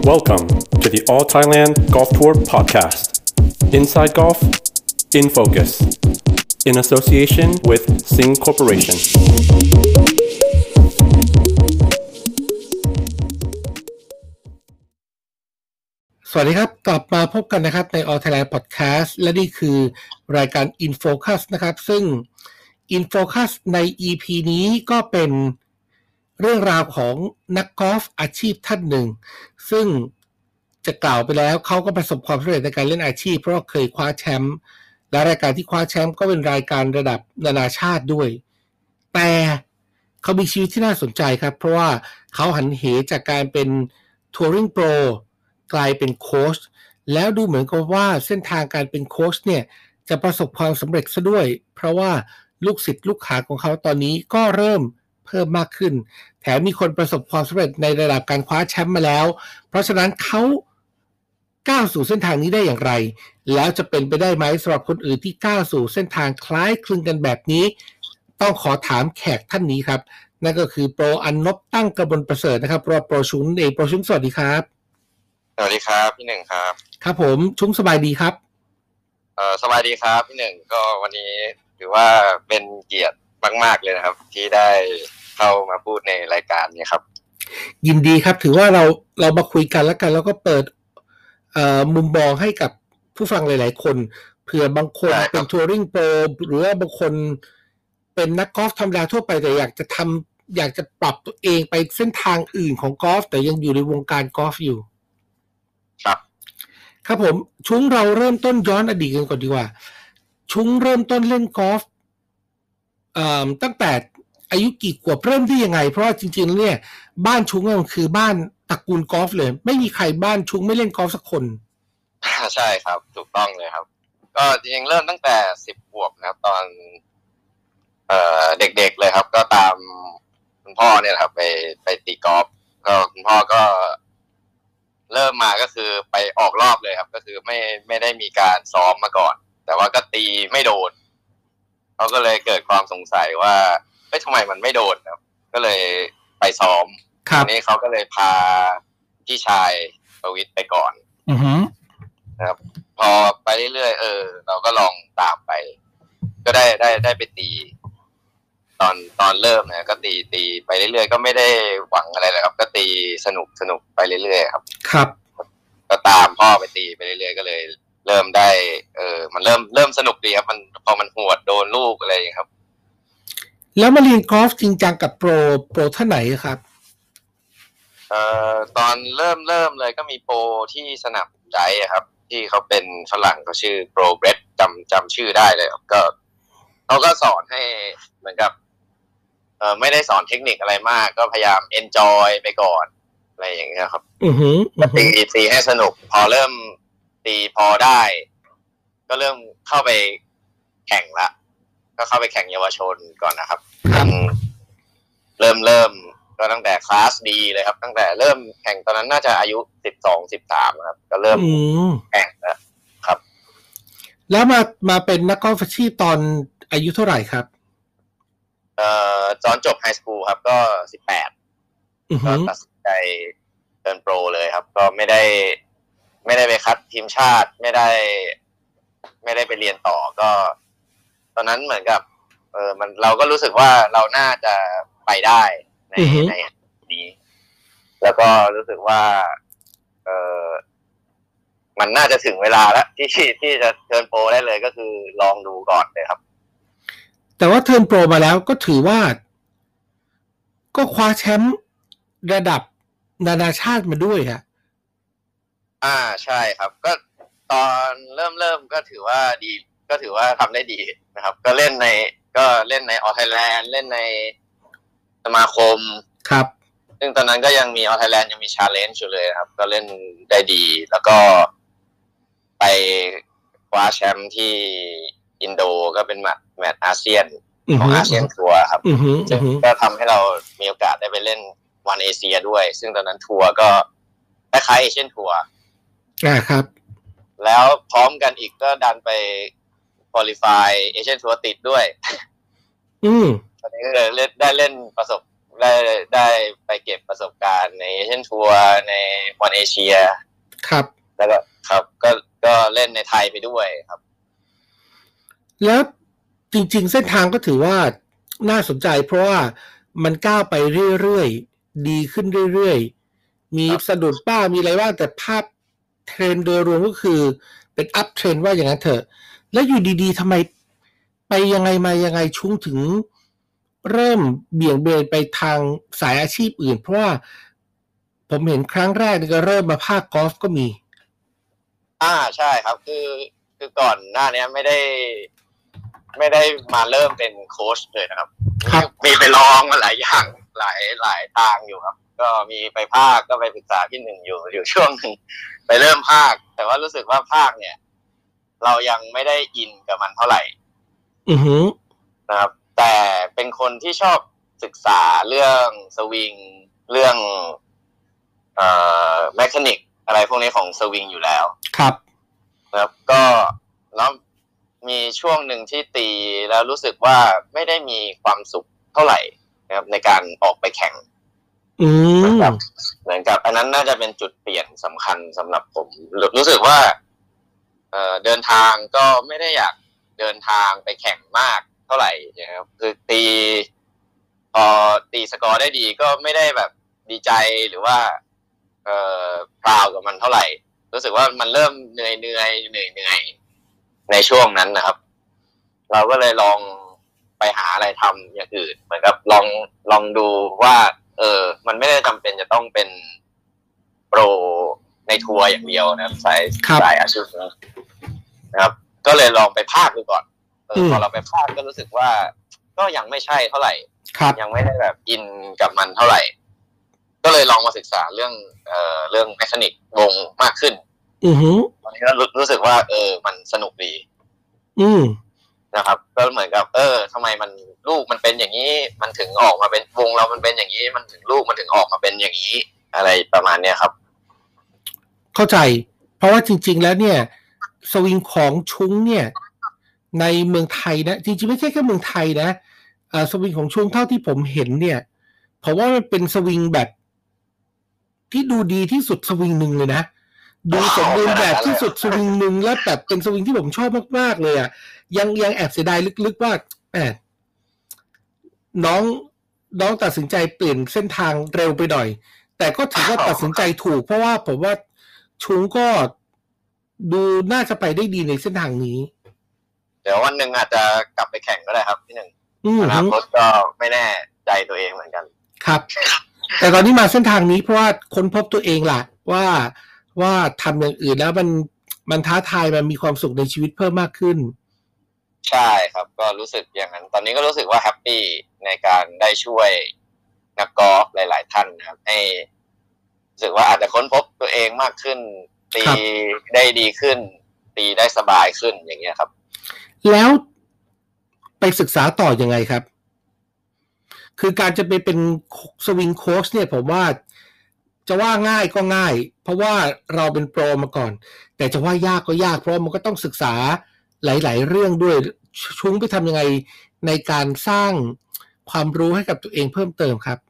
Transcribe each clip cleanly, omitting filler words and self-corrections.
Welcome to the All Thailand Golf Tour podcast. Inside Golf, in focus, in association with Sing Corporation. สวัสดีครับกลับมาพบกันนะครับใน All Thailand Podcast และนี่คือรายการ In Focus นะครับซึ่ง In Focus ใน EP นี้ก็เป็นเรื่องราวของนักกอล์ฟอาชีพท่านหนึ่งซึ่งจะกล่าวไปแล้วเขาก็ประสบความสำเร็จในการเล่นอาชีพเพราะเคยคว้าแชมป์และรายการที่คว้าแชมป์ก็เป็นรายการระดับนานาชาติด้วยแต่เขามีชีวิตที่น่าสนใจครับเพราะว่าเขาหันเหจากการเป็นทัวริงโปรกลายเป็นโค้ชแล้วดูเหมือนกับว่าเส้นทางการเป็นโค้ชเนี่ยจะประสบความสำเร็จซะด้วยเพราะว่าลูกศิษย์ลูกหาของเขาตอนนี้ก็เริ่มเพิ่มมากขึ้นแถมมีคนประสบความสำเร็จในระดับการคว้าแชมป์มาแล้วเพราะฉะนั้นเขาก้าวสู่เส้นทางนี้ได้อย่างไรแล้วจะเป็นไปได้ไหมสำหรับคนอื่นที่ก้าวสู่เส้นทางคล้ายคลึงกันแบบนี้ต้องขอถามแขกท่านนี้ครับนั่นก็คือโปรอันนบตั้งกระบวนประเสริฐนะครับโปรชุนเองโปรชุนสวัสดีครับสวัสดีครับพี่หนึ่งครับครับผมชุ้งสบายดีครับสบายดีครับพี่หนึ่งก็วันนี้ถือว่าเป็นเกียรติมากๆเลยนะครับที่ได้เข้ามาพูดในรายการนี้ครับยินดีครับถือว่าเรามาคุยกันแล้วกันแล้วก็เปิดมุมมองให้กับผู้ฟังหลายๆคนเผื่อบางคนเป็นทัวริงโปรหรือว่าบางคนเป็นนักกอล์ฟธรรมดาทั่วไปแต่อยากจะปรับตัวเองไปเส้นทางอื่นของกอล์ฟแต่ยังอยู่ในวงการกอล์ฟอยู่ครับผมชุ้งเราเริ่มต้นย้อนอดีตกันก่อนดีกว่าชุ้งเริ่มต้นเล่นกอล์ฟตั้งแต่อายุกี่ขวบเริ่มได้ยังไงเพราะว่าจริงๆเนี่ยบ้านชุ้งมันคือบ้านตระกูลกอล์ฟเลยไม่มีใครบ้านชุ้งไม่เล่นกอล์ฟสักคนใช่ครับถูกต้องเลยครับก็จริงๆเริ่มตั้งแต่10 ขวบนะครับตอนเด็กๆเลยครับก็ตามคุณพ่อเนี่ยครับไปตีกอล์ฟก็คุณพ่อก็เริ่มมาก็คือไปออกรอบเลยครับก็คือไม่ได้มีการซ้อมมาก่อนแต่ว่าก็ตีไม่โดนเขาก็เลยเกิดความสงสัยว่าทำไมมันไม่โดนครับก็เลยไปซ้อมทีนี้เขาก็เลยพาพี่ชายประวิตรไปก่อนนะครับพอไปเรื่อยๆเราก็ลองตามไปก็ได้ไปตีตอนเริ่มเนี่ยก็ตีไปเรื่อยๆก็ไม่ได้หวังอะไรเลยครับก็ตีสนุกไปเรื่อยๆครับครับก็ตามพ่อไปตีไปเรื่อยๆก็เลยเริ่มได้มันเริ่มสนุกดีครับมันพอมันหวดโดนลูกอะไรอย่างเงี้ยครับแล้วมาเรียนกอล์ฟจริงจังกับโปรท่านไหนครับตอนเริ่มเลยก็มีโปรที่สนับใจครับที่เขาเป็นฝรั่งเขาชื่อโปรเบรดจำชื่อได้เลยครับก็เขาก็สอนให้เหมือนกับไม่ได้สอนเทคนิคอะไรมากก็พยายาม enjoy ไปก่อนอะไรอย่างเงี้ยครับก็ตีให้สนุกพอเริ่มตีพอได้ก็เริ่มเข้าไปแข่งละก็เข้าไปแข่งเยาวชนก่อนนะครับเริ่มก็ตั้งแต่คลาสดีเลยครับตั้งแต่เริ่มแข่งตอนนั้นน่าจะอายุ12-13ครับก็เริ่มแข่งแล้วครับแล้วมาเป็นนักกอล์ฟอาชีพตอนอายุเท่าไหร่ครับตอนจบไฮสคูลครับก็18ก็ตัดสินใจเทิร์นโปรเลยครับก็ไม่ได้ไปคัดทีมชาติไม่ได้ไปเรียนต่อก็ตอนนั้นเหมือนกับเราก็รู้สึกว่าเราน่าจะไปได้ในนี้แล้วก็รู้สึกว่ามันน่าจะถึงเวลาแล้วที่จะเทิร์นโปรได้เลยก็คือลองดูก่อนเลยครับแต่ว่าเทิร์นโปรมาแล้วก็ถือว่าก็คว้าแชมป์ระดับนานาชาติมาด้วยฮะใช่ครับก็ตอนเริ่มก็ถือว่าดีก็ถือว่าทำได้ดีนะครับก็เล่นในออ Thailand เล่นในสมาคมครับซึ่งตอนนั้นก็ยังมีออ Thailand ยังมี challenge อยู่เลยครับก็เล่นได้ดีแล้วก็ไปคว้าแชมป์ที่อินโดก็เป็นแมตช์อาเซียนของอาเซียนทัวร์ครับซึ่งก็ทำให้เรามีโอกาสได้ไปเล่นวันเอเชียด้วยซึ่งตอนนั้นทัวร์ก็คล้ายๆเอเชียนทัวร์ครับแล้วพร้อมกันอีกก็ดันไปควอลิฟายเอเชียนทัวร์ติดด้วยตอนนี้ก็เลยได้เล่นได้ไปเก็บประสบการณ์ในเอเชียนทัวร์ในบอลเอเชียครับแล้วก็ครับก็เล่นในไทยไปด้วยครับแล้วจริงๆเส้นทางก็ถือว่าน่าสนใจเพราะว่ามันก้าวไปเรื่อยๆดีขึ้นเรื่อยๆมีสะดุดบ้างมีอะไรบ้างแต่ภาพเทรนด์โดยรวมก็คือเป็นอัพเทรนด์ว่าอย่างนั้นเถอะแล้วอยู่ดีๆทำไมไปยังไงมายังไงชุ้งถึงเริ่มเบี่ยงเบนไปทางสายอาชีพอื่นเพราะว่าผมเห็นครั้งแรกก็เริ่มมาภาคกอล์ฟก็มีใช่ครับคือก่อนหน้านี้ไม่ได้มาเริ่มเป็นโค้ชเลยนะครับมีไปลองมาหลายอย่างหลายทางอยู่ครับก็มีไปภาคก็ไปปรึกษาพี่หนึ่งอยู่ช่วงหนึ่งไปเริ่มภาคแต่ว่ารู้สึกว่าภาคเนี่ยเรายังไม่ได้อินกับมันเท่าไหร่นะครับแต่เป็นคนที่ชอบศึกษาเรื่องสวิงเรื่องแมคานิกอะไรพวกนี้ของสวิงอยู่แล้วครับนะครับก็แล้วมีช่วงหนึ่งที่ตีแล้วรู้สึกว่าไม่ได้มีความสุขเท่าไหร่นะครับในการออกไปแข่งเหมือนกับอันนั้นน่าจะเป็นจุดเปลี่ยนสำคัญสำหรับผมรู้สึกว่าเดินทางก็ไม่ได้อยากเดินทางไปแข่งมากเท่าไหร่นะครับคือพอตีสกอร์ได้ดีก็ไม่ได้แบบดีใจหรือว่าพราวกับมันเท่าไหร่รู้สึกว่ามันเริ่มเหนื่อยในช่วงนั้นนะครับเราก็เลยลองไปหาอะไรทำอย่างอื่นเหมือนกับลองดูว่ามันไม่ได้จำเป็นจะต้องเป็นโปรในทัวร์อย่างเดียวนะครับสายอาชีพนะครับก็เลยลองไปภาคดูก่อนพอเราไปภาคก็รู้สึกว่าก็ยังไม่ใช่เท่าไหร่ยังไม่ได้แบบอินกับมันเท่าไหร่ก็เลยลองมาศึกษาเรื่องแมคานิกวงมากขึ้นตอนนี้ก็รู้สึกว่ามันสนุกดีนะครับก็เหมือนกับทำไมมันลูกมันเป็นอย่างนี้มันถึงออกมาเป็นวงเรามันเป็นอย่างนี้มันถึงลูกมันถึงออกมาเป็นอย่างนี้อะไรประมาณเนี้ยครับเข้าใจเพราะว่าจริงๆแล้วเนี่ยสวิงของชุ้งเนี่ยในเมืองไทยนะจริงๆไม่ใช่แค่เมืองไทยนะสวิงของชุ้งเท่าที่ผมเห็นเนี่ยเพราะว่ามันเป็นสวิงแบบที่ดูดีที่สุดสวิงหนึ่งเลยนะดูสมบูรณ์แบบที่สุดสวิงหนึ่งแล้วแบบเป็นสวิงที่ผมชอบมากๆเลยอ่ะยังแอบเสียดายลึกๆว่าน้องตัดสินใจเปลี่ยนเส้นทางเร็วไปหน่อยแต่ก็ถือว่าตัดสินใจถูกเพราะว่าผมว่าชุ้งก็ดูน่าจะไปได้ดีในเส้นทางนี้เดี๋ยววันหนึ่งอาจจะกลับไปแข่งก็ได้ครับพี่หนึ่งอนาคตก็ไม่แน่ใจตัวเองเหมือนกันครับแต่ตอนนี้มาเส้นทางนี้เพราะว่าค้นพบตัวเองล่ะว่าทำอย่างอื่นแล้วมันท้าทายมันมีความสุขในชีวิตเพิ่มมากขึ้นใช่ครับก็รู้สึกอย่างนั้นตอนนี้ก็รู้สึกว่าแฮปปี้ในการได้ช่วยนักกอล์ฟหลายๆท่านนะครับให้รู้สึกว่าอาจจะค้นพบตัวเองมากขึ้นตีได้ดีขึ้นตีได้สบายขึ้นอย่างเงี้ยครับแล้วไปศึกษาต่อยังไงครับคือการจะไปเป็นสวิงโค้ชเนี่ยผมว่าจะว่าง่ายก็ง่ายเพราะว่าเราเป็นโปรมาก่อนแต่จะว่ายากก็ยากเพราะมันก็ต้องศึกษาหลายๆเรื่องด้วยชุ้งไปทำยังไงในการสร้างความรู้ให้กับตัวเองเพิ่มเติมครับ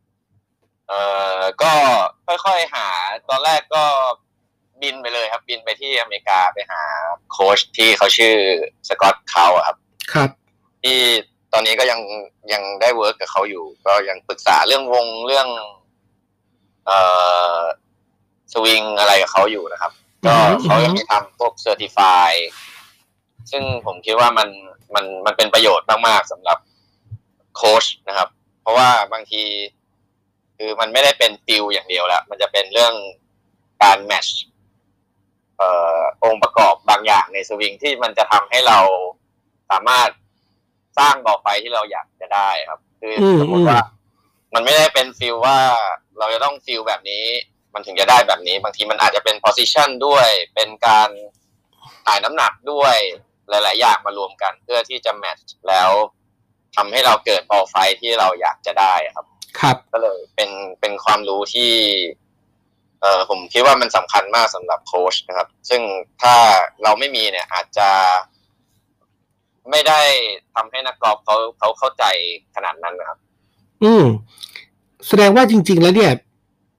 ก็ค่อยๆหาตอนแรกก็บินไปเลยครับบินไปที่อเมริกาไปหาโค้ชที่เขาชื่อสกอตต์เขาครับครับที่ตอนนี้ก็ยังได้เวิร์กกับเขาอยู่ก็ยังปรึกษาเรื่องวงเรื่องสวิงอะไรกับเขาอยู่นะครับก็เขายังมีทำพวกเซอร์ติฟายซึ่งผมคิดว่ามันเป็นประโยชน์มากๆสำหรับโค้ชนะครับเพราะว่าบางทีคือมันไม่ได้เป็นฟิลอย่างเดียวแล้วมันจะเป็นเรื่องการแมทช์องค์ประกอบบางอย่างในสวิงที่มันจะทำให้เราสามารถสร้างบอลไฟที่เราอยากจะได้ครับคือสมมติว่ามันไม่ได้เป็นฟิลว่าเราจะต้องฟิลแบบนี้มันถึงจะได้แบบนี้บางทีมันอาจจะเป็น position ด้วยเป็นการถ่ายน้ำหนักด้วยหลายๆอย่างมารวมกันเพื่อที่จะแมทช์แล้วทำให้เราเกิดบอลไฟที่เราอยากจะได้ครับครับก็เลยเป็นความรู้ที่ผมคิดว่ามันสำคัญมากสำหรับโค้ชนะครับซึ่งถ้าเราไม่มีเนี่ยอาจจะไม่ได้ทำให้นักกอล์ฟเขาเข้าใจขนาดนั้นนะครับแสดงว่าจริงๆแล้วเนี่ย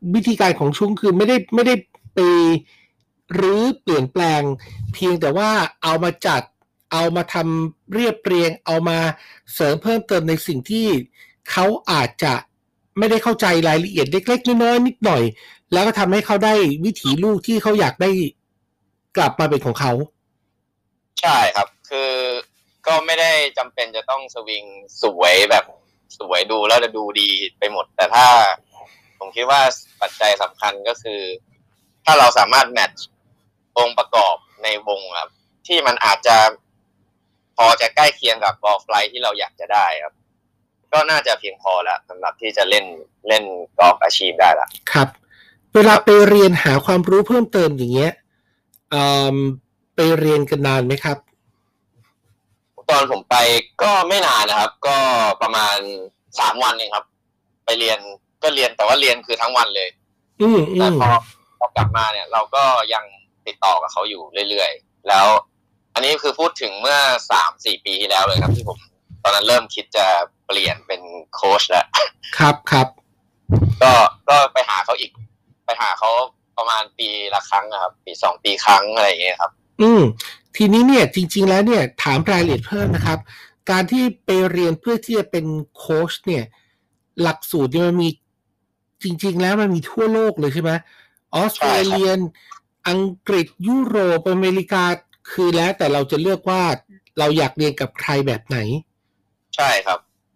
วิธีการของชุงคือไม่ได้ไปรื้อเปลี่ยนแปลงเพียงแต่ว่าเอามาจัดเอามาทำเรียบเรียงเอามาเสริมเพิ่มเติมในสิ่งที่เขาอาจจะไม่ได้เข้าใจรายละเอียดเล็กๆน้อยๆนิดหน่อยแล้วก็ทำให้เขาได้วิถีลูกที่เขาอยากได้กลับมาเป็นของเขาใช่ครับคือก็ไม่ได้จำเป็นจะต้องสวิงสวยแบบสวยดูแล้วจะดูดีไปหมดแต่ถ้าผมคิดว่าปัจจัยสำคัญก็คือถ้าเราสามารถแมทช์องค์ประกอบในวงครับที่มันอาจจะพอจะใกล้เคียงกับบอลไฟล์ที่เราอยากจะได้ครับก็น่าจะเพียงพอแล้วสำหรับที่จะเล่นกอล์ฟอาชีพได้ละครับเวลาไปเรียนหาความรู้เพิ่มเติมอย่างเงี้ยไปเรียนกันนานไหมครับตอนผมไปก็ไม่นานนะครับก็ประมาณ3 วันเองครับไปเรียนก็เรียนแต่ว่าเรียนคือทั้งวันเลยแต่พอกลับมาเนี่ยเราก็ยังติดต่อกับเขาอยู่เรื่อยๆแล้วอันนี้คือพูดถึงเมื่อ 3-4 ปีที่แล้วเลยครับที่ผมตอนนั้นเริ่มคิดจะเปลี่ยนเป็นโค้ชแล้วครับก็ไปหาเขาอีกไปหาเขาประมาณปีละครั้งนะครับปี2 ปีครั้งอะไรอย่างเงี้ยครับทีนี้เนี่ยจริงๆแล้วเนี่ยถามรายละเอียดเพิ่มนะครับการที่ไปเรียนเพื่อที่จะเป็นโค้ชเนี่ยหลักสูตรเนี่ยมันมีจริงๆแล้วมันมีทั่วโลกเลยใช่ไหมออสเตรเลียอังกฤษยุโรปอเมริกาคือแล้วแต่เราจะเลือกว่าเราอยากเรียนกับใครแบบไหนใช่ครับ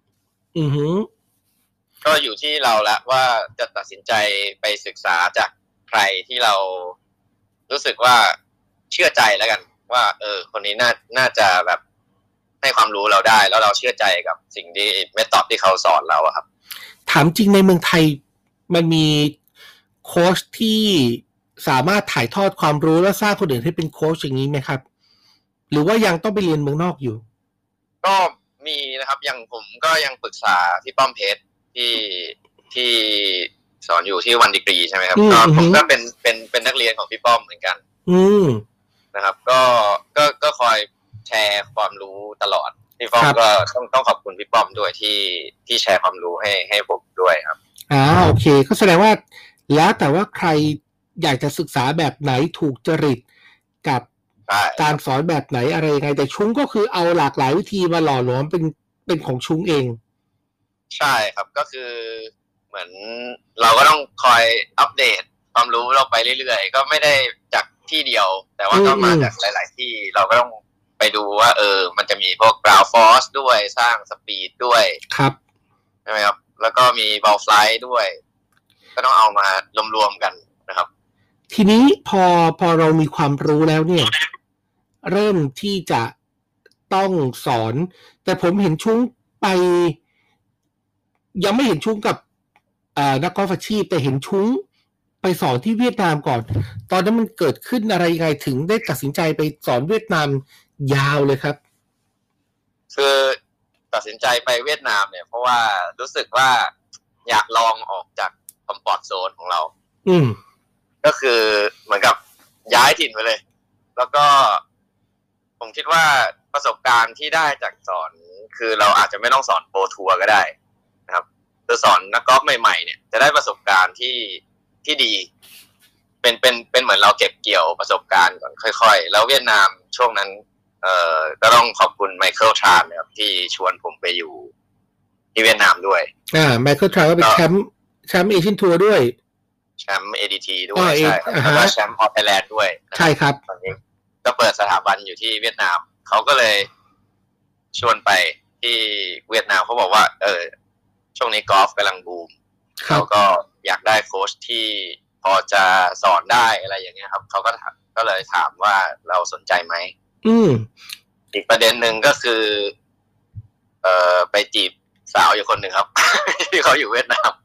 ก็อยู่ที่เราละว่าจะตัดสินใจไปศึกษาจากใครที่เรารู้สึกว่าเชื่อใจแล้วกันว่าคนนี้น่าจะแบบให้ความรู้เราได้แล้วเราเชื่อใจกับสิ่งที่เมธอดที่เขาสอนเราอะครับถามจริงในเมืองไทยมันมีโค้ชที่สามารถถ่ายทอดความรู้และสร้างคนอื่นให้เป็นโค้ชอย่างนี้ไหมครับหรือว่ายังต้องไปเรียนเมืองนอกอยู่ก็มีนะครับอย่างผมก็ยังปรึกษาพี่ป้อมเพชรที่สอนอยู่ที่วันดีกรีใช่ไหมครับก็ผมก็เป็นนักเรียนของพี่ป้อมเหมือนกันนะครับก็คอยแชร์ความรู้ตลอดพี่ป้อมก็ต้องขอบคุณพี่ป้อมด้วยที่แชร์ความรู้ให้ผมด้วยครับโอเคก็แสดงว่าแล้วแต่ว่าใครอยากจะศึกษาแบบไหนถูกจริตกับการสอนแบบไหนอะไรยังไงแต่ชุ้งก็คือเอาหลากหลายวิธีมาหล่อหลอมเป็นของชุ้งเองใช่ครับก็คือเหมือนเราก็ต้องคอยอัปเดตความรู้เราไปเรื่อยๆก็ไม่ได้จากที่เดียวแต่ว่าก็มาจากหลายๆที่เราก็ต้องไปดูว่ามันจะมีพวก ground force ด้วยสร้างสปีดด้วยครับใช่ไหมครับแล้วก็มี ball flight ด้วยก็ต้องเอามารวมๆกันนะครับทีนี้พอเรามีความรู้แล้วเนี่ยเริ่มที่จะต้องสอนแต่ผมเห็นชุ้งไปยังไม่เห็นชุ้งกับนักกอล์ฟอาชีพแต่เห็นชุ้งไปสอนที่เวียดนามก่อนตอนนั้นมันเกิดขึ้นอะไรยังไงถึงได้ตัดสินใจไปสอนเวียดนามยาวเลยครับคือตัดสินใจไปเวียดนามเนี่ยเพราะว่ารู้สึกว่าอยากลองออกจากคอมฟอร์ตโซนของเราก็คือเหมือนกับย้ายถิ่นไปเลยแล้วก็ผมคิดว่าประสบการณ์ที่ได้จากสอนคือเราอาจจะไม่ต้องสอนโปรทัวร์ก็ได้นะครับคือสอนนักกอล์ฟใหม่ๆเนี่ยจะได้ประสบการณ์ที่ดีเป็นเหมือนเราเก็บเกี่ยวประสบการณ์ก่อนค่อยๆแล้วเวียดนามช่วงนั้นก็ต้องขอบคุณไมเคิลทรานนะครับที่ชวนผมไปอยู่ที่เวียดนามด้วยไมเคิลทรานก็เป็นแชมป์เอเชียนทัวร์ด้วยแชมป์ ADT ด้วยใช่แล้วก็แชมป์ออสไทยแลนด์ด้วยใช่ครับตอนนี้ก็เปิดสถาบันอยู่ที่เวียดนามเขาก็เลยชวนไปที่เวียดนามเขาบอกว่าช่วงนี้กอล์ฟกำลังบูมเขาก็อยากได้โค้ชที่พอจะสอนได้อะไรอย่างเงี้ยครับเขาก็เลยถามว่าเราสนใจไหมอีกประเด็นหนึ่งก็คือไปจีบสาวอยู่คนหนึ่งครับ ที่เขาอยู่เวียดนาม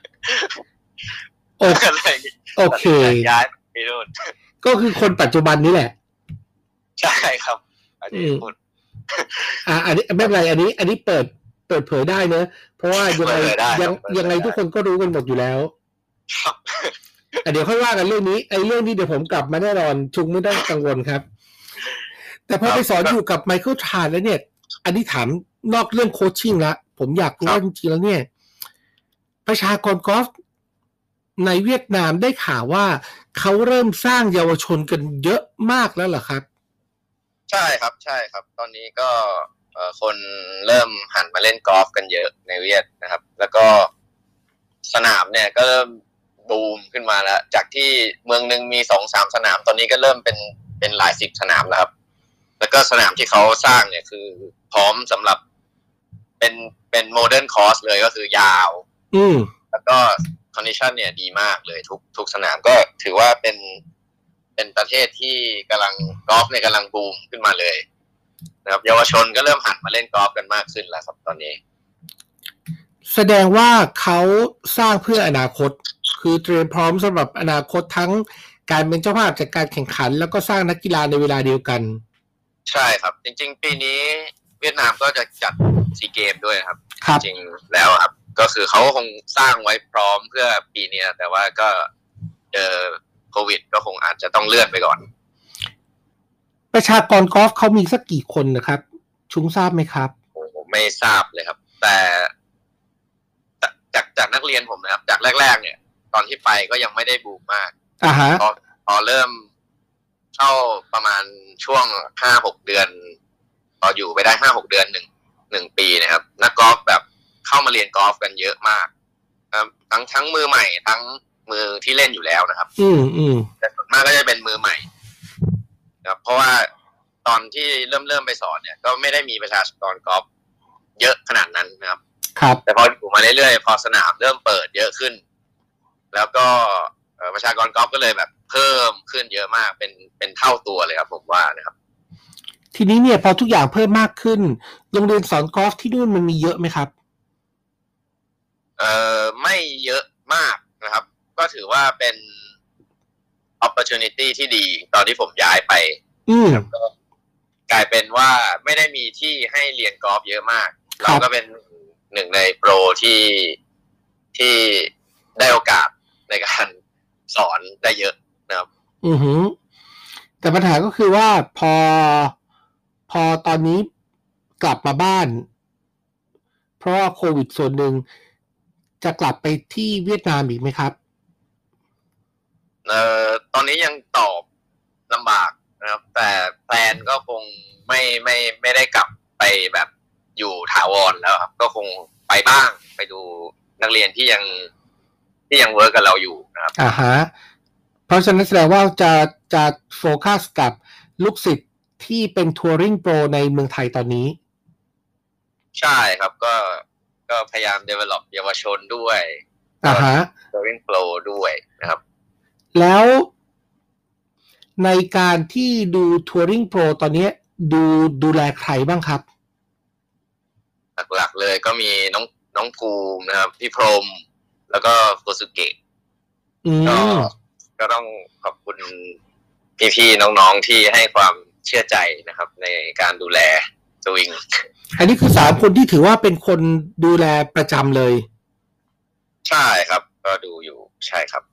โอเคย้ายไปนู่นก็คือคนปัจจุบันนี้แหละใช่ครับอันนี้พูดอันนี้ไม่เป็นไรอันนี้เปิดเผยได้เนอะเพราะว่ายังไงทุกคนก็รู้กันหมดอยู่แล้วเดี๋ยวค่อยว่ากันเรื่องนี้เรื่องนี้เดี๋ยวผมกลับมาแน่นอนชุงไม่ต้องกังวลครับแต่พอไปสอนอยู่กับไมเคิลทรานแล้วเนี่ยอันนี้ถามนอกเรื่องโคชชิ่งละผมอยากรู้ว่าจริงๆแล้วเนี่ยประชากรกอล์ฟในเวียดนามได้ข่าวว่าเขาเริ่มสร้างเยาวชนกันเยอะมากแล้วเหรอครับใช่ครับใช่ครับตอนนี้ก็คนเริ่มหันมาเล่นกอล์ฟกันเยอะในเวียดนะครับ แล้วก็สนามเนี่ยก็เริ่มบูมขึ้นมาแล้วจากที่เมืองนึงมี 2-3 สนามตอนนี้ก็เริ่มเป็นหลาย10 สนามแล้วครับแล้วก็สนามที่เขาสร้างเนี่ยคือพร้อมสำหรับเป็นโมเดิร์นคอร์สเลยก็คือยาวแล้วก็คอนดิชันเนี่ยดีมากเลยทุกสนามก็ถือว่าเป็นประเทศที่กำลังกอล์ฟเนี่ยกำลังบูมขึ้นมาเลยนะครับเยาวชนก็เริ่มหันมาเล่นกอล์ฟกันมากขึ้นแล้วครับตอนนี้แสดงว่าเขาสร้างเพื่ออนาคตคือเตรียมพร้อมสำหรับอนาคตทั้งการเป็นเจ้าภาพจากการแข่งขันแล้วก็สร้างนักกีฬาในเวลาเดียวกันใช่ครับจริงๆปีนี้เวียดนามก็จะจัดซีเกมด้วยครับจริงแล้วครับก็คือเขาคงสร้างไว้พร้อมเพื่อปีนี้แต่ว่าก็เจอโควิดก็คงอาจจะต้องเลื่อนไปก่อนประชากรกอล์ฟเขามีสักกี่คนนะครับชุงทราบไหมครับผมไม่ทราบเลยครับแต่จากนักเรียนผมนะครับจากแรกๆเนี่ยตอนที่ไปก็ยังไม่ได้บูมมากพอเริ่มเข้าประมาณช่วง 5-6 เดือนพออยู่ไปได้ 5-6 เดือนหนึ่งปีนะครับนักกอล์ฟแบบเข้ามาเรียนกอล์ฟกันเยอะมากทั้งมือใหม่ทั้งมือที่เล่นอยู่แล้วนะครับแต่ส่วนมากก็จะเป็นมือใหม่ครับเพราะว่าตอนที่เริ่มไปสอนเนี่ยก็ไม่ได้มีประชากรกอล์ฟเยอะขนาดนั้นนะครับแต่พออยู่มาเรื่อยๆพอสนามเริ่มเปิดเยอะขึ้นแล้วก็ประชากรกอล์ฟก็เลยแบบเพิ่มขึ้นเยอะมากเป็นเท่าตัวเลยครับผมว่านะครับทีนี้เนี่ยพอทุกอย่างเพิ่มมากขึ้นโรงเรียนสอนกอล์ฟที่นู่นมันมีเยอะไหมครับไม่เยอะมากนะครับก็ถือว่าเป็น opportunity ที่ดีตอนที่ผมย้ายไปก็กลายเป็นว่าไม่ได้มีที่ให้เรียนกอล์ฟเยอะมากเราก็เป็นหนึ่งในโปรที่ได้โอกาสในการสอนได้เยอะนะครับแต่ปัญหาก็คือว่าพอตอนนี้กลับมาบ้านเพราะว่าโควิดส่วนหนึ่งจะกลับไปที่เวียดนามอีกไหมครับตอนนี้ยังตอบลำบากนะครับแต่แฟนก็คงไม่ได้กลับไปแบบอยู่ถาวรแล้วครับก็คงไปบ้างไปดูนักเรียนที่ยังเวิร์กกับเราอยู่นะครับเพราะฉะนั้นแสดงว่าจะโฟกัสกับลูกศิษย์ที่เป็นทัวริงโปรในเมืองไทยตอนนี้ใช่ครับก็พยายาม develop เยาวชนด้วยทัวริงโปรด้วยนะครับแล้วในการที่ดูทัวริงโปรตอนนี้ดูแลใครบ้างครับหลักๆเลยก็มีน้องภูมินะครับพี่พรหมแล้วก็โกสุเกะก็ต้องขอบคุณพี่ๆน้องๆที่ให้ความเชื่อใจนะครับในการดูแลสวิงอันนี้คือ3คนที่ถือว่าเป็นคนดูแลประจำเลยใช่ครับก็ดูอยู่ใช่ครับ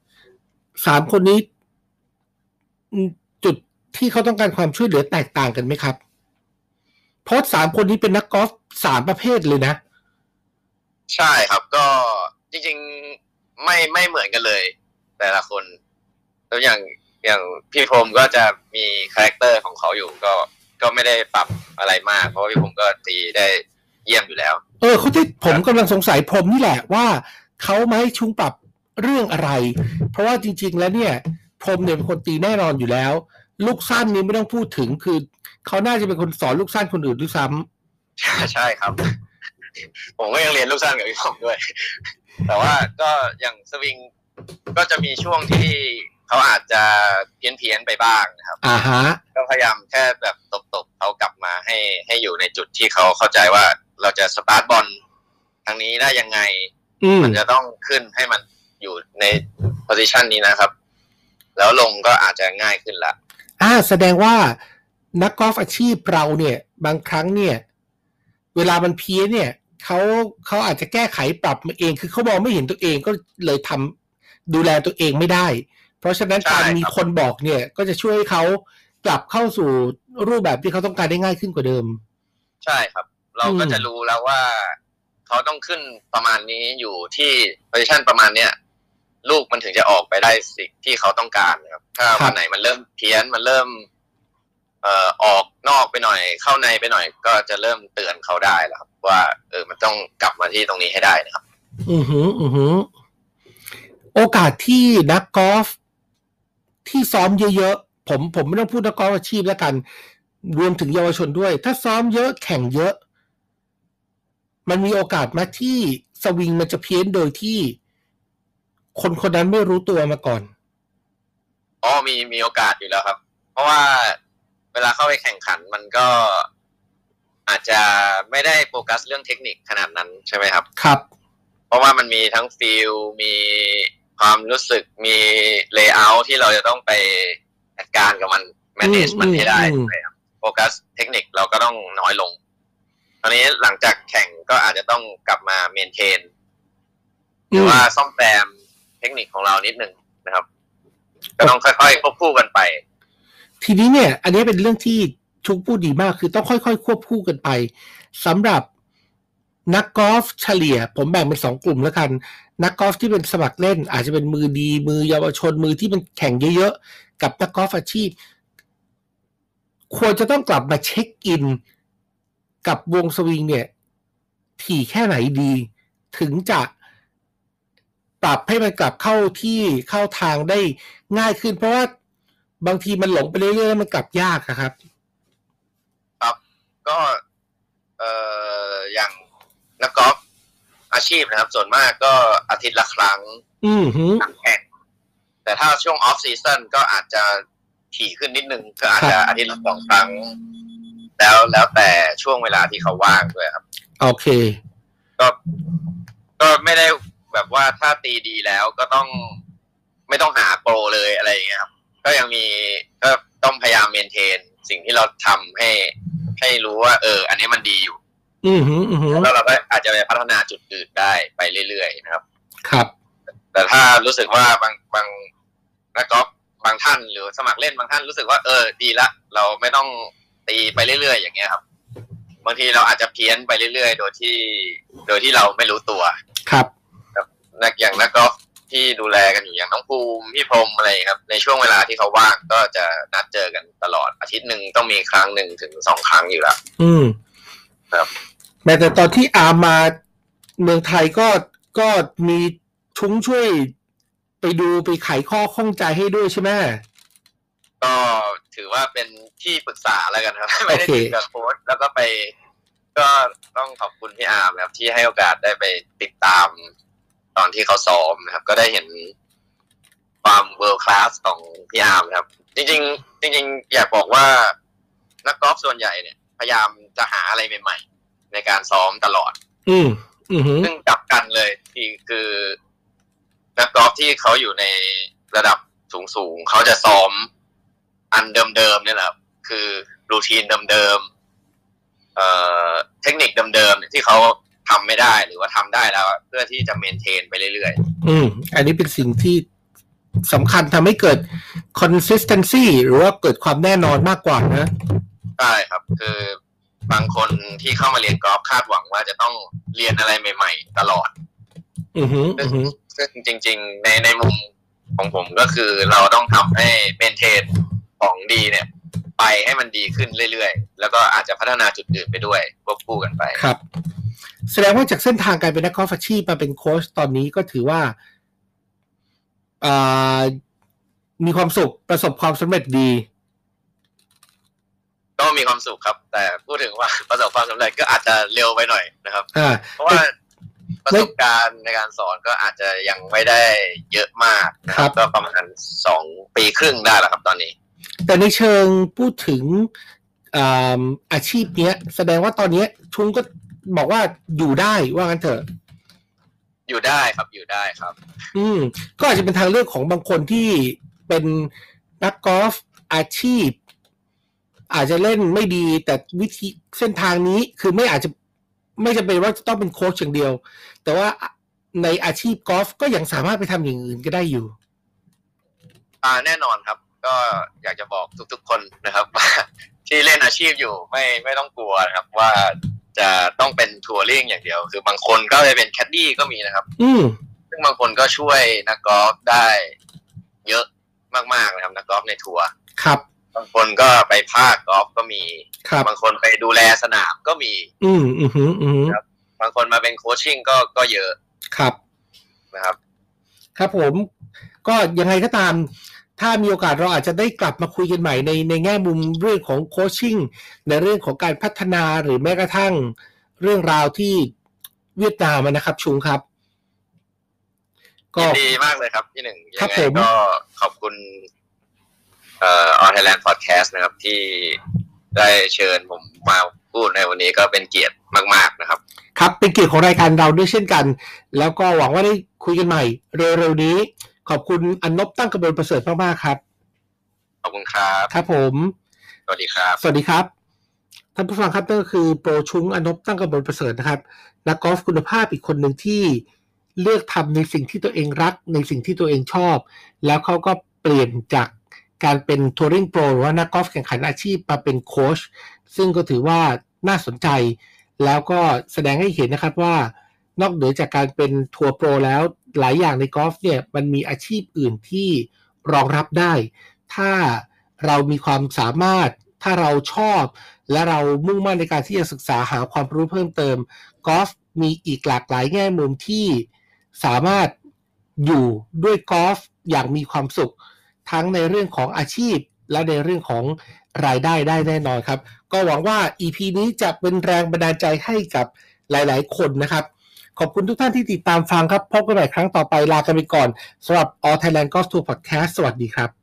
3คนนี้จุดที่เขาต้องการความช่วยเหลือแตกต่างกันไหมครับเพราะ3คนนี้เป็นนักกอล์ฟ3ประเภทเลยนะใช่ครับก็จริงๆไม่เหมือนกันเลยแต่ละคนแล้วอย่างพี่พรหมก็จะมีคาแรคเตอร์ของเขาอยู่ก็ไม่ได้ปรับอะไรมากเพราะว่าพี่พรหมก็ตีได้เยี่ยมอยู่แล้วเขาที่ผมกำลังสงสัยพรหมนี่แหละว่าเขาไม่ให้ชุงปรับเรื่องอะไรเพราะว่าจริงๆแล้วเนี่ยพรหมเนี่ยเป็นคนตีแน่นอนอยู่แล้วลูกสั้นนี้ไม่ต้องพูดถึงคือเขาน่าจะเป็นคนสอนลูกสั้นคนอื่นด้วยซ้ำใช่ครับผมก็ยังเรียนลูกสั้นกับพี่พรหมด้วยแต่ว่าก็อย่างสวิงก็จะมีช่วงที่เขาอาจจะเพี้ยนไปบ้างนะครับก็พยายามแค่แบบตบเขากลับมาให้อยู่ในจุดที่เขาเข้าใจว่าเราจะสตาร์ทบอลทางนี้ได้ยังไงมันจะต้องขึ้นให้มันอยู่ในโพซิชันนี้นะครับแล้วลงก็อาจจะง่ายขึ้นละแสดงว่านักกอล์ฟอาชีพเราเนี่ยบางครั้งเนี่ยเวลามันเพี้ยนเนี่ยเขาอาจจะแก้ไขปรับมาเองคือเขามองไม่เห็นตัวเองก็เลยทำดูแลตัวเองไม่ได้เพราะฉะนั้นการมีคนบอกเนี่ยก็จะช่วยให้เขากลับเข้าสู่รูปแบบที่เขาต้องการได้ง่ายขึ้นกว่าเดิมใช่ครับเราก็จะรู้แล้วว่าเขาต้องขึ้นประมาณนี้อยู่ที่โพซิชันประมาณเนี้ยลูกมันถึงจะออกไปได้สิ่งที่เขาต้องการนะครับถ้าวันไหนมันเริ่มเพี้ยนมันเริ่มออกนอกไปหน่อยเข้าในไปหน่อยก็จะเริ่มเตือนเขาได้แล้วครับว่ามันต้องกลับมาที่ตรงนี้ให้ได้นะครับโอกาสที่นักกอล์ฟที่ซ้อมเยอะๆผมไม่ต้องพูดนักกอล์ฟอาชีพแล้วกันรวมถึงเยาวชนด้วยถ้าซ้อมเยอะแข่งเยอะมันมีโอกาสมาที่สวิงมันจะเพี้ยนโดยที่คนคนนั้นไม่รู้ตัวมาก่อนมีโอกาสอยู่แล้วครับเพราะว่าเวลาเข้าไปแข่งขันมันก็อาจจะไม่ได้โฟกัสเรื่องเทคนิคขนาดนั้นใช่ไหมครับครับเพราะว่ามันมีทั้งฟีลมีความรู้สึกมีเลเยอร์ที่เราจะต้องไปจัดการกับมันmanage มันให้ได้ครับโฟกัสเทคนิคเราก็ต้องน้อยลงตอนนี้หลังจากแข่งก็อาจจะต้องกลับมาเมนเทนหรือว่าซ่อมแซมเทคนิคของเรานิดนึงนะครับก็ต้องค่อยๆควบคู่กันไปทีนี้เนี่ยอันนี้เป็นเรื่องที่ชุกพูดดีมากคือต้องค่อยๆควบคู่กันไปสำหรับนักกอล์ฟเฉลี่ยผมแบ่งเป็น2กลุ่มแล้วกันนักกอล์ฟที่เป็นสมัครเล่นอาจจะเป็นมือดีมือเยาวชนมือที่มันแข่งเยอะๆกับนักกอล์ฟอาชีพควรจะต้องกลับมาเช็คอินกับวงสวิงเนี่ยถี่แค่ไหนดีถึงจะปรับให้มันกลับเข้าที่เข้าทางได้ง่ายขึ้นเพราะว่าบางทีมันหลงไปเรื่อยๆมันกลับยากครับครับก็อย่างนักกอล์ฟอาชีพนะครับส่วนมากก็อาทิตย์ละครั้งแข่งแต่ถ้าช่วงออฟซีซั่นก็อาจจะถี่ขึ้นนิดนึงก็อาจจะอาทิตย์ละ2 ครั้งแล้วแต่ช่วงเวลาที่เขาว่างด้วยครับโอเคก็ไม่ได้แบบว่าถ้าตีดีแล้วก็ต้องไม่ต้องหาโปรเลยอะไรอย่างเงี้ยครับก็ยังมีก็ต้องพยายามเมนเทนสิ่งที่เราทำให้รู้ว่าอันนี้มันดีอยู่แล้วเราก็อาจจะไปพัฒนาจุดอื่นได้ไปเรื่อยๆนะครับครับแต่ถ้ารู้สึกว่าบางนักกอล์ฟบางท่านหรือสมัครเล่นบางท่านรู้สึกว่าดีละเราไม่ต้องตีไปเรื่อยๆอย่างเงี้ยครับบางทีเราอาจจะเพี้ยนไปเรื่อยๆโดยที่เราไม่รู้ตัวครับอย่างนักกอล์ฟที่ดูแลกันอยู่อย่างน้องภูมิพี่พรมอะไรครับในช่วงเวลาที่เขาว่างก็จะนัดเจอกันตลอดอาทิตย์นึงต้องมีครั้ง1 ถึง 2 ครั้งอยู่แล้วครับแม้แต่ตอนที่อาร์มมาเมืองไทยก็มีชุ้งช่วยไปดูไปไขข้อข้องใจให้ด้วยใช่ไหมก็ถือว่าเป็นที่ปรึกษาแล้วกันครับไม่ได้ถึงกับโค้ชแล้วก็ไปก็ต้องขอบคุณพี่อาร์มครับที่ให้โอกาสได้ไปติดตามตอนที่เขาซ้อมนะครับก็ได้เห็นความเวิลด์คลาสของพี่อาร์มครับจริงอยากบอกว่านักกอล์ฟส่วนใหญ่เนี่ยพยายามจะหาอะไรใหม่ๆในการซ้อมตลอดซึ่งกลับกันเลยที่คือนักกอล์ฟที่เขาอยู่ในระดับสูงเขาจะซ้อมอันเดิมๆเนี่ยแหละคือรูทีนเดิมๆเทคนิคเดิมๆที่เขาทำไม่ได้หรือว่าทำได้แล้วเพื่อที่จะเมนเทนไปเรื่อยๆอันนี้เป็นสิ่งที่สำคัญทำให้เกิด consistency หรือว่าเกิดความแน่นอนมากกว่านะใช่ครับคือบางคนที่เข้ามาเรียนกอล์ฟคาดหวังว่าจะต้องเรียนอะไรใหม่ๆตลอดซึ่งจริงๆในมุมของผมก็คือเราต้องทำให้เมนเทนของดีเนี่ยไปให้มันดีขึ้นเรื่อยๆแล้วก็อาจจะพัฒนาจุดอื่นไปด้วยควบคู่กันไปครับแสดงว่าจากเส้นทางการเป็นนักกอล์ฟอาชีพมาเป็นโค้ชตอนนี้ก็ถือว่ามีความสุขประสบความสำเร็จดีก็มีความสุขครับแต่พูดถึงว่าประสบความสำเร็จก็อาจจะเร็วไปหน่อยนะครับเพราะว่าประสบการณ์ในการสอนก็อาจจะยังไม่ได้เยอะมากนะครับก็ประมาณ2 ปีครึ่งได้แล้วครับตอนนี้แต่ในเชิงพูดถึงอาชีพเนี้ยแสดงว่าตอนนี้ชุงก็บอกว่าอยู่ได้ว่างั้นเถอะอยู่ได้ครับอยู่ได้ครับก็อาจจะเป็นทางเลือกของบางคนที่เป็นนักกอล์ฟอาชีพอาจจะเล่นไม่ดีแต่วิธีเส้นทางนี้คือไม่จำเป็นว่าจะต้องเป็นโค้ชอย่างเดียวแต่ว่าในอาชีพกอล์ฟก็ยังสามารถไปทำอย่างอื่นก็ได้อยู่แน่นอนครับก็อยากจะบอกทุกๆคนนะครับว่าที่เล่นอาชีพอยู่ไม่ต้องกลัวนะครับว่าจะต้องเป็นทัวริ่งอย่างเดียวคือบางคนก็จะเป็นแคดดี้ก็มีนะครับซึ่งบางคนก็ช่วยนักกอล์ฟได้เยอะมากๆเลยครับนักกอล์ฟในทัวร์ครับบางคนก็ไปภาคกอล์ฟก็มีครับบางคนไปดูแลสนามก็มีครับบางคนมาเป็นโคชชิ่งก็เยอะครับนะครับครับผมก็ยังไงก็ตามถ้ามีโอกาสเราอาจจะได้กลับมาคุยกันใหม่ในแง่มุมเรื่องของโคชชิ่งในเรื่องของการพัฒนาหรือแม้กระทั่งเรื่องราวที่เวียดนามนะครับชุงครับก็ดีมากเลยครับพี่หนึ่งยังไงก็ขอบคุณAll Thailand Podcast นะครับที่ได้เชิญผมมาพูดในวันนี้ก็เป็นเกียรติมากๆนะครับครับเป็นเกียรติของรายการเราด้วยเช่นกันแล้วก็หวังว่าได้คุยกันใหม่เร็วๆนี้ขอบคุณอนนบตั้งกระบวนประเสริฐมากๆครับขอบคุณครับครับผมสวัสดีครับสวัสดีครับท่านผู้ฟังครับนั่นก็คือโปรชุงอนนบตั้งกระบวนประเสริฐนะครับนักกอล์ฟคุณภาพอีกคนหนึ่งที่เลือกทำในสิ่งที่ตัวเองรักในสิ่งที่ตัวเองชอบแล้วเขาก็เปลี่ยนจากการเป็นทัวริงโปรหรือว่านักกอล์ฟแข่งขันอาชีพมาเป็นโค้ชซึ่งก็ถือว่าน่าสนใจแล้วก็แสดงให้เห็นนะครับว่านอกเหนือจากการเป็นทัวร์โปรแล้วหลายอย่างในกอล์ฟเนี่ยมันมีอาชีพอื่นที่รองรับได้ถ้าเรามีความสามารถถ้าเราชอบและเรามุ่งมั่นในการที่จะศึกษาหาความรู้เพิ่มเติมกอล์ฟมีอีกหลากหลายแง่มุมที่สามารถอยู่ด้วยกอล์ฟอย่างมีความสุขทั้งในเรื่องของอาชีพและในเรื่องของรายได้ได้แน่นอนครับก็หวังว่า EP นี้จะเป็นแรงบันดาลใจให้กับหลายๆคนนะครับขอบคุณทุกท่านที่ติดตามฟังครับพบกันใหม่ครั้งต่อไปลากันไปก่อนสำหรับ All Thailand Golf Tour Podcast สวัสดีครับ